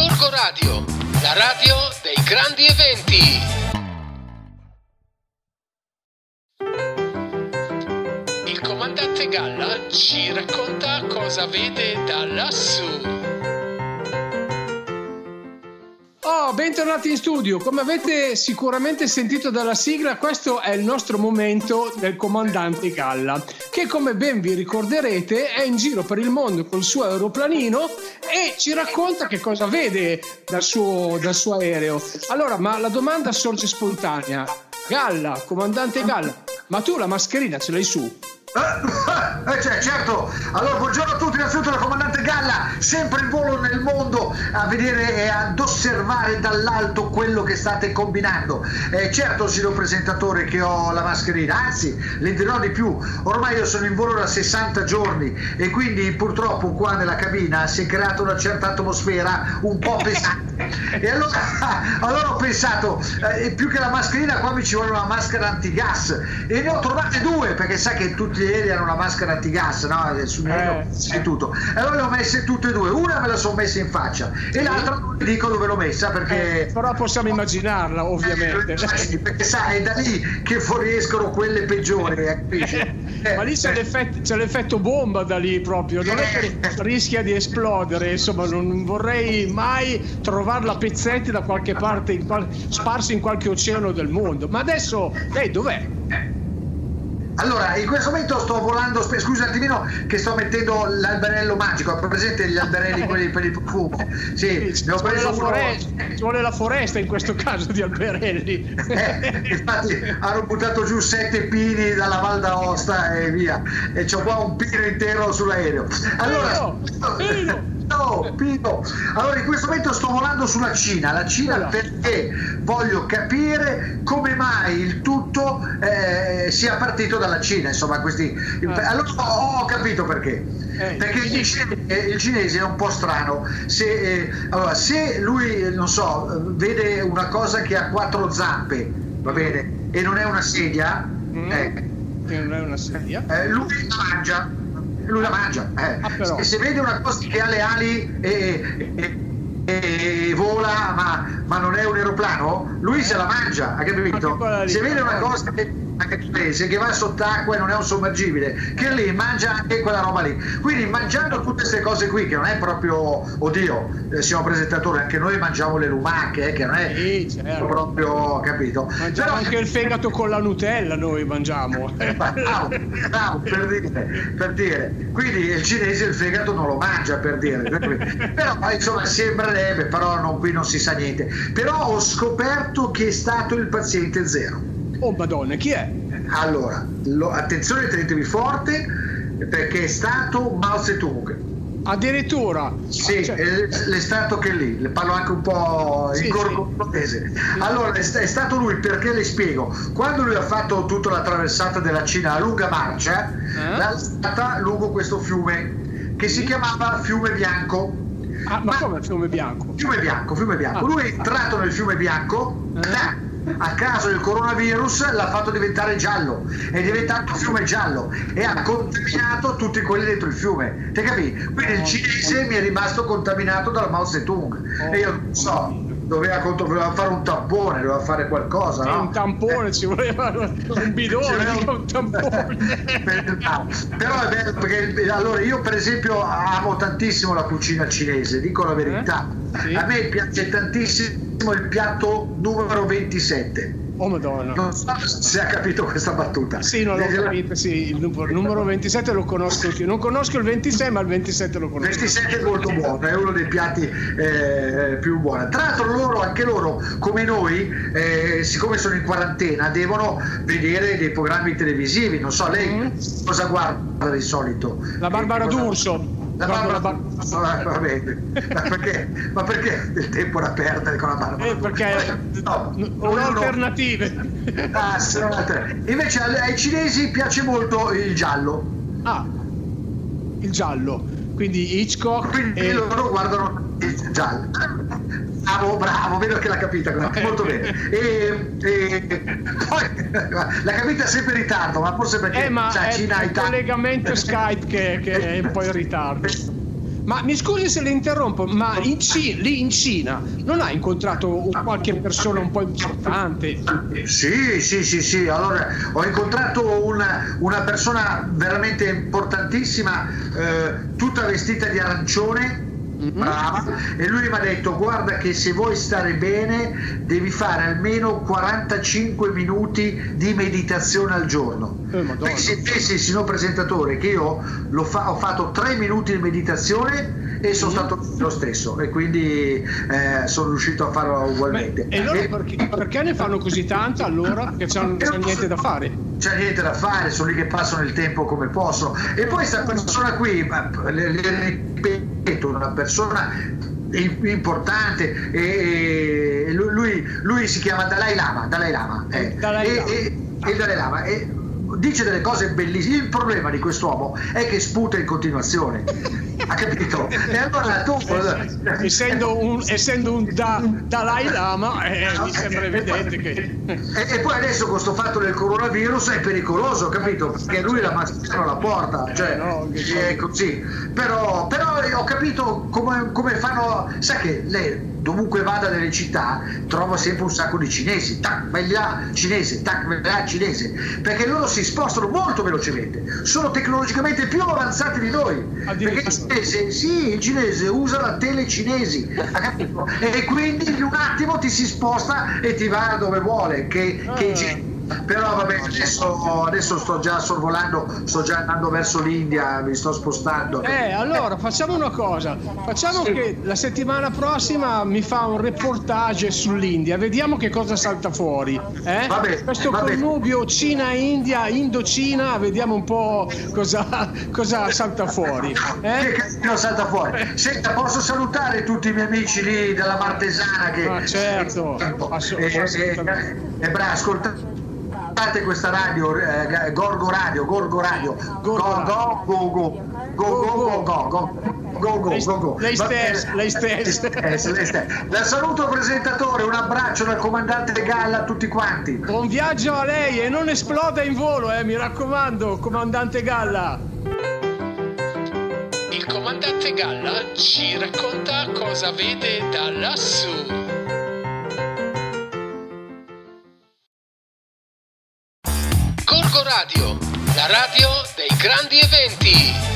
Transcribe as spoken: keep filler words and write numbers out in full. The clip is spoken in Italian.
Gorgo Radio, la radio dei grandi eventi. Il comandante Galla ci racconta cosa vede da lassù. Oh, bentornati in studio. Come avete sicuramente sentito dalla sigla, questo è il nostro momento del comandante Galla, che come ben vi ricorderete è in giro per il mondo col suo aeroplanino e ci racconta che cosa vede dal suo, dal suo aereo. Allora, ma la domanda sorge spontanea. Galla, comandante Galla, ma tu la mascherina ce l'hai su? Eh, cioè, certo. Allora, buongiorno a tutti, innanzitutto da comandante Galla, sempre in volo nel mondo a vedere e ad osservare dall'alto quello che state combinando. Eh, certo, signor presentatore, che ho la mascherina, anzi, le dirò di più, ormai io sono in volo da sessanta giorni e quindi purtroppo qua nella cabina si è creata una certa atmosfera un po' pesante. E allora, allora ho pensato, eh, più che la mascherina qua mi ci vuole una maschera antigas e ne ho trovate due, perché sa che tutti ieri hanno una maschera antigas, no? Sul eh, e tutto. E allora le ho messe tutte e due, una me la sono messa in faccia e l'altra non vi dico dove l'ho messa perché eh, però possiamo immaginarla, ovviamente. Eh, perché sa, è da lì che fuoriescono quelle peggiori, eh, eh, ma lì c'è, eh, l'effetto, c'è l'effetto bomba da lì proprio, non è che rischia di esplodere, insomma non vorrei mai trovarla a pezzetti da qualche parte, in qual- sparsi in qualche oceano del mondo. Ma adesso lei dov'è? Allora, in questo momento sto volando, scusa un attimino che sto mettendo l'alberello magico, ha presente gli alberelli quelli per il profumo? Sì, sì, ne ho ci, vuole preso la uno... foresta, ci vuole la foresta in questo caso di alberelli. Eh, infatti hanno buttato giù sette pini dalla Val d'Aosta e via, e c'ho qua un pino intero sull'aereo. Allora, Pino, Pino. No, Pino. Allora in questo momento sto volando sulla Cina, la Cina perché voglio capire come mai il tutto eh, sia partito dalla Cina, insomma questi. Ah. Allora ho, ho capito perché. Eh, perché il cinese, il cinese è un po' strano. Se, eh, allora, se lui, non so, vede una cosa che ha quattro zampe, va bene, e non è una sedia, mm. eh, che non è una sedia, eh, lui la mangia. Lui la mangia, eh. ah, se, se vede una cosa che ha le ali e, e, e, e vola ma, ma non è un aeroplano, lui se la mangia, ha capito? Se vede una cosa che, che va sott'acqua e non è un sommergibile, che lì mangia anche quella roba lì. Quindi mangiando tutte queste cose qui, che non è proprio, oddio, eh, signor presentatore, anche noi mangiamo le lumache, eh, che non è sì, certo. proprio, capito? Mangiamo però anche il fegato con la Nutella, noi mangiamo. Bravo, bravo, per dire, per dire. Quindi il cinese il fegato non lo mangia, per dire. Però insomma sembrerebbe, però non, qui non si sa niente. Però ho scoperto chi è stato il paziente zero. Oh madonna, chi è? Allora, lo, attenzione, tenetevi forte perché è stato Mao Zedong. Addirittura? Sì, cioè... è, è stato che lì, le parlo anche un po' in sì, gorgotese. Sì. Allora, è, è stato lui, perché le spiego. Quando lui ha fatto tutta la traversata della Cina a lunga marcia, eh? l'ha stata lungo questo fiume che si chiamava Fiume Bianco. Ah, ma, ma come Fiume Bianco? Fiume Bianco, Fiume Bianco. Ah. Lui è entrato nel Fiume Bianco, eh? a caso del coronavirus l'ha fatto diventare giallo, è diventato fiume giallo e ha contaminato tutti quelli dentro il fiume, ti capisci? Quindi il cinese mi è rimasto contaminato dal Mao Zedong e io non so, doveva, doveva fare un tampone, doveva fare qualcosa, no? Un tampone, ci voleva un bidone, un tampone. Però è bello perché allora io per esempio amo tantissimo la cucina cinese, dico la verità, eh? Sì. A me piace tantissimo il piatto numero ventisette. Oh madonna, non so se ha capito questa battuta. Sì, non l'ho capito, sì, il numero, numero ventisette lo conosco io. Non conosco il ventisei, ma il ventisette lo conosco. Il ventisette è molto buono, è uno dei piatti eh, più buoni. Tra l'altro loro, anche loro, come noi, eh, siccome sono in quarantena, devono vedere dei programmi televisivi. Non so, lei mm. cosa guarda di solito? La Barbara D'Urso. La Barbara, bar... ah, va bene. Ma perché? Ma perché il tempo da perdere con la Barbara? Eh, perché no, non ho alternative. Ah, sì, invece ai cinesi piace molto il giallo. Ah, il giallo. Quindi Hitchcock. Quindi e... loro guardano il giallo. Bravo, bravo, vedo che l'ha capita, molto bene. E, e poi l'ha capita sempre in ritardo, ma forse perché eh, ma cioè, è, Cina è il collegamento Skype che, che è un po' in ritardo. Ma mi scusi se le interrompo, ma in C- lì in Cina non ha incontrato qualche persona un po' importante? Sì, sì, sì, sì. Allora, ho incontrato una, una persona veramente importantissima, eh, tutta vestita di arancione. Brava. E lui mi ha detto: guarda che se vuoi stare bene devi fare almeno quarantacinque minuti di meditazione al giorno. Eh, Perché se pensi, signor presentatore, che io lo fa- ho fatto tre minuti di meditazione e sono stato lo stesso, e quindi eh, sono riuscito a farlo ugualmente. Beh, e loro E- perché, perché ne fanno così tanta allora che non c'è niente da fare? C'è niente da fare, sono lì che passano il tempo come possono. E poi questa persona qui, ma, le, le ripeto, una persona importante, e, e lui, lui si chiama Dalai Lama, Dalai Lama, eh. Dalai Lama. E, e, il Dalai Lama e dice delle cose bellissime. Il problema di quest'uomo è che sputa in continuazione, ha capito? E allora tu, essendo un, essendo un da, Dalai Lama, eh, mi sembra evidente che E, e poi adesso con questo fatto del coronavirus è pericoloso, capito? Perché lui la mascherina non la porta, cioè no, che è così. Però, però ho capito come, come fanno, sai che lei dovunque vada nelle città trova sempre un sacco di cinesi, tac, vai là cinese, tac, vai là cinese, perché loro si spostano molto velocemente, sono tecnologicamente più avanzati di noi, perché il cinese, sì, il cinese usa la tele cinesi, ha capito? E quindi in un attimo ti si sposta e ti va dove vuole, che, che i però vabbè, adesso, adesso sto già sorvolando, sto già andando verso l'India, mi sto spostando. Eh, allora facciamo una cosa, facciamo che la settimana prossima mi fa un reportage sull'India, vediamo che cosa salta fuori, eh? Vabbè, Questo vabbè. connubio Cina-India, Indocina, vediamo un po' cosa, cosa salta fuori, Che eh? casino salta fuori. Senta, posso salutare tutti i miei amici lì della Martesana che Ah, certo, ass- e, assolutamente. e, e bra, ascoltate questa radio, eh, Gorgo Radio, Gorgo Radio, go Gorgo go go go go go go go go go Lei- go go. lei Va bene. stessa, lei stessa. Lei stessa, lei stessa. La saluto presentatore, un abbraccio dal comandante Galla a tutti quanti. Buon viaggio a lei e non esploda in volo, eh, mi raccomando, comandante Galla. Il comandante Galla ci racconta cosa vede da lassù. Gorgo Radio, la radio dei grandi eventi.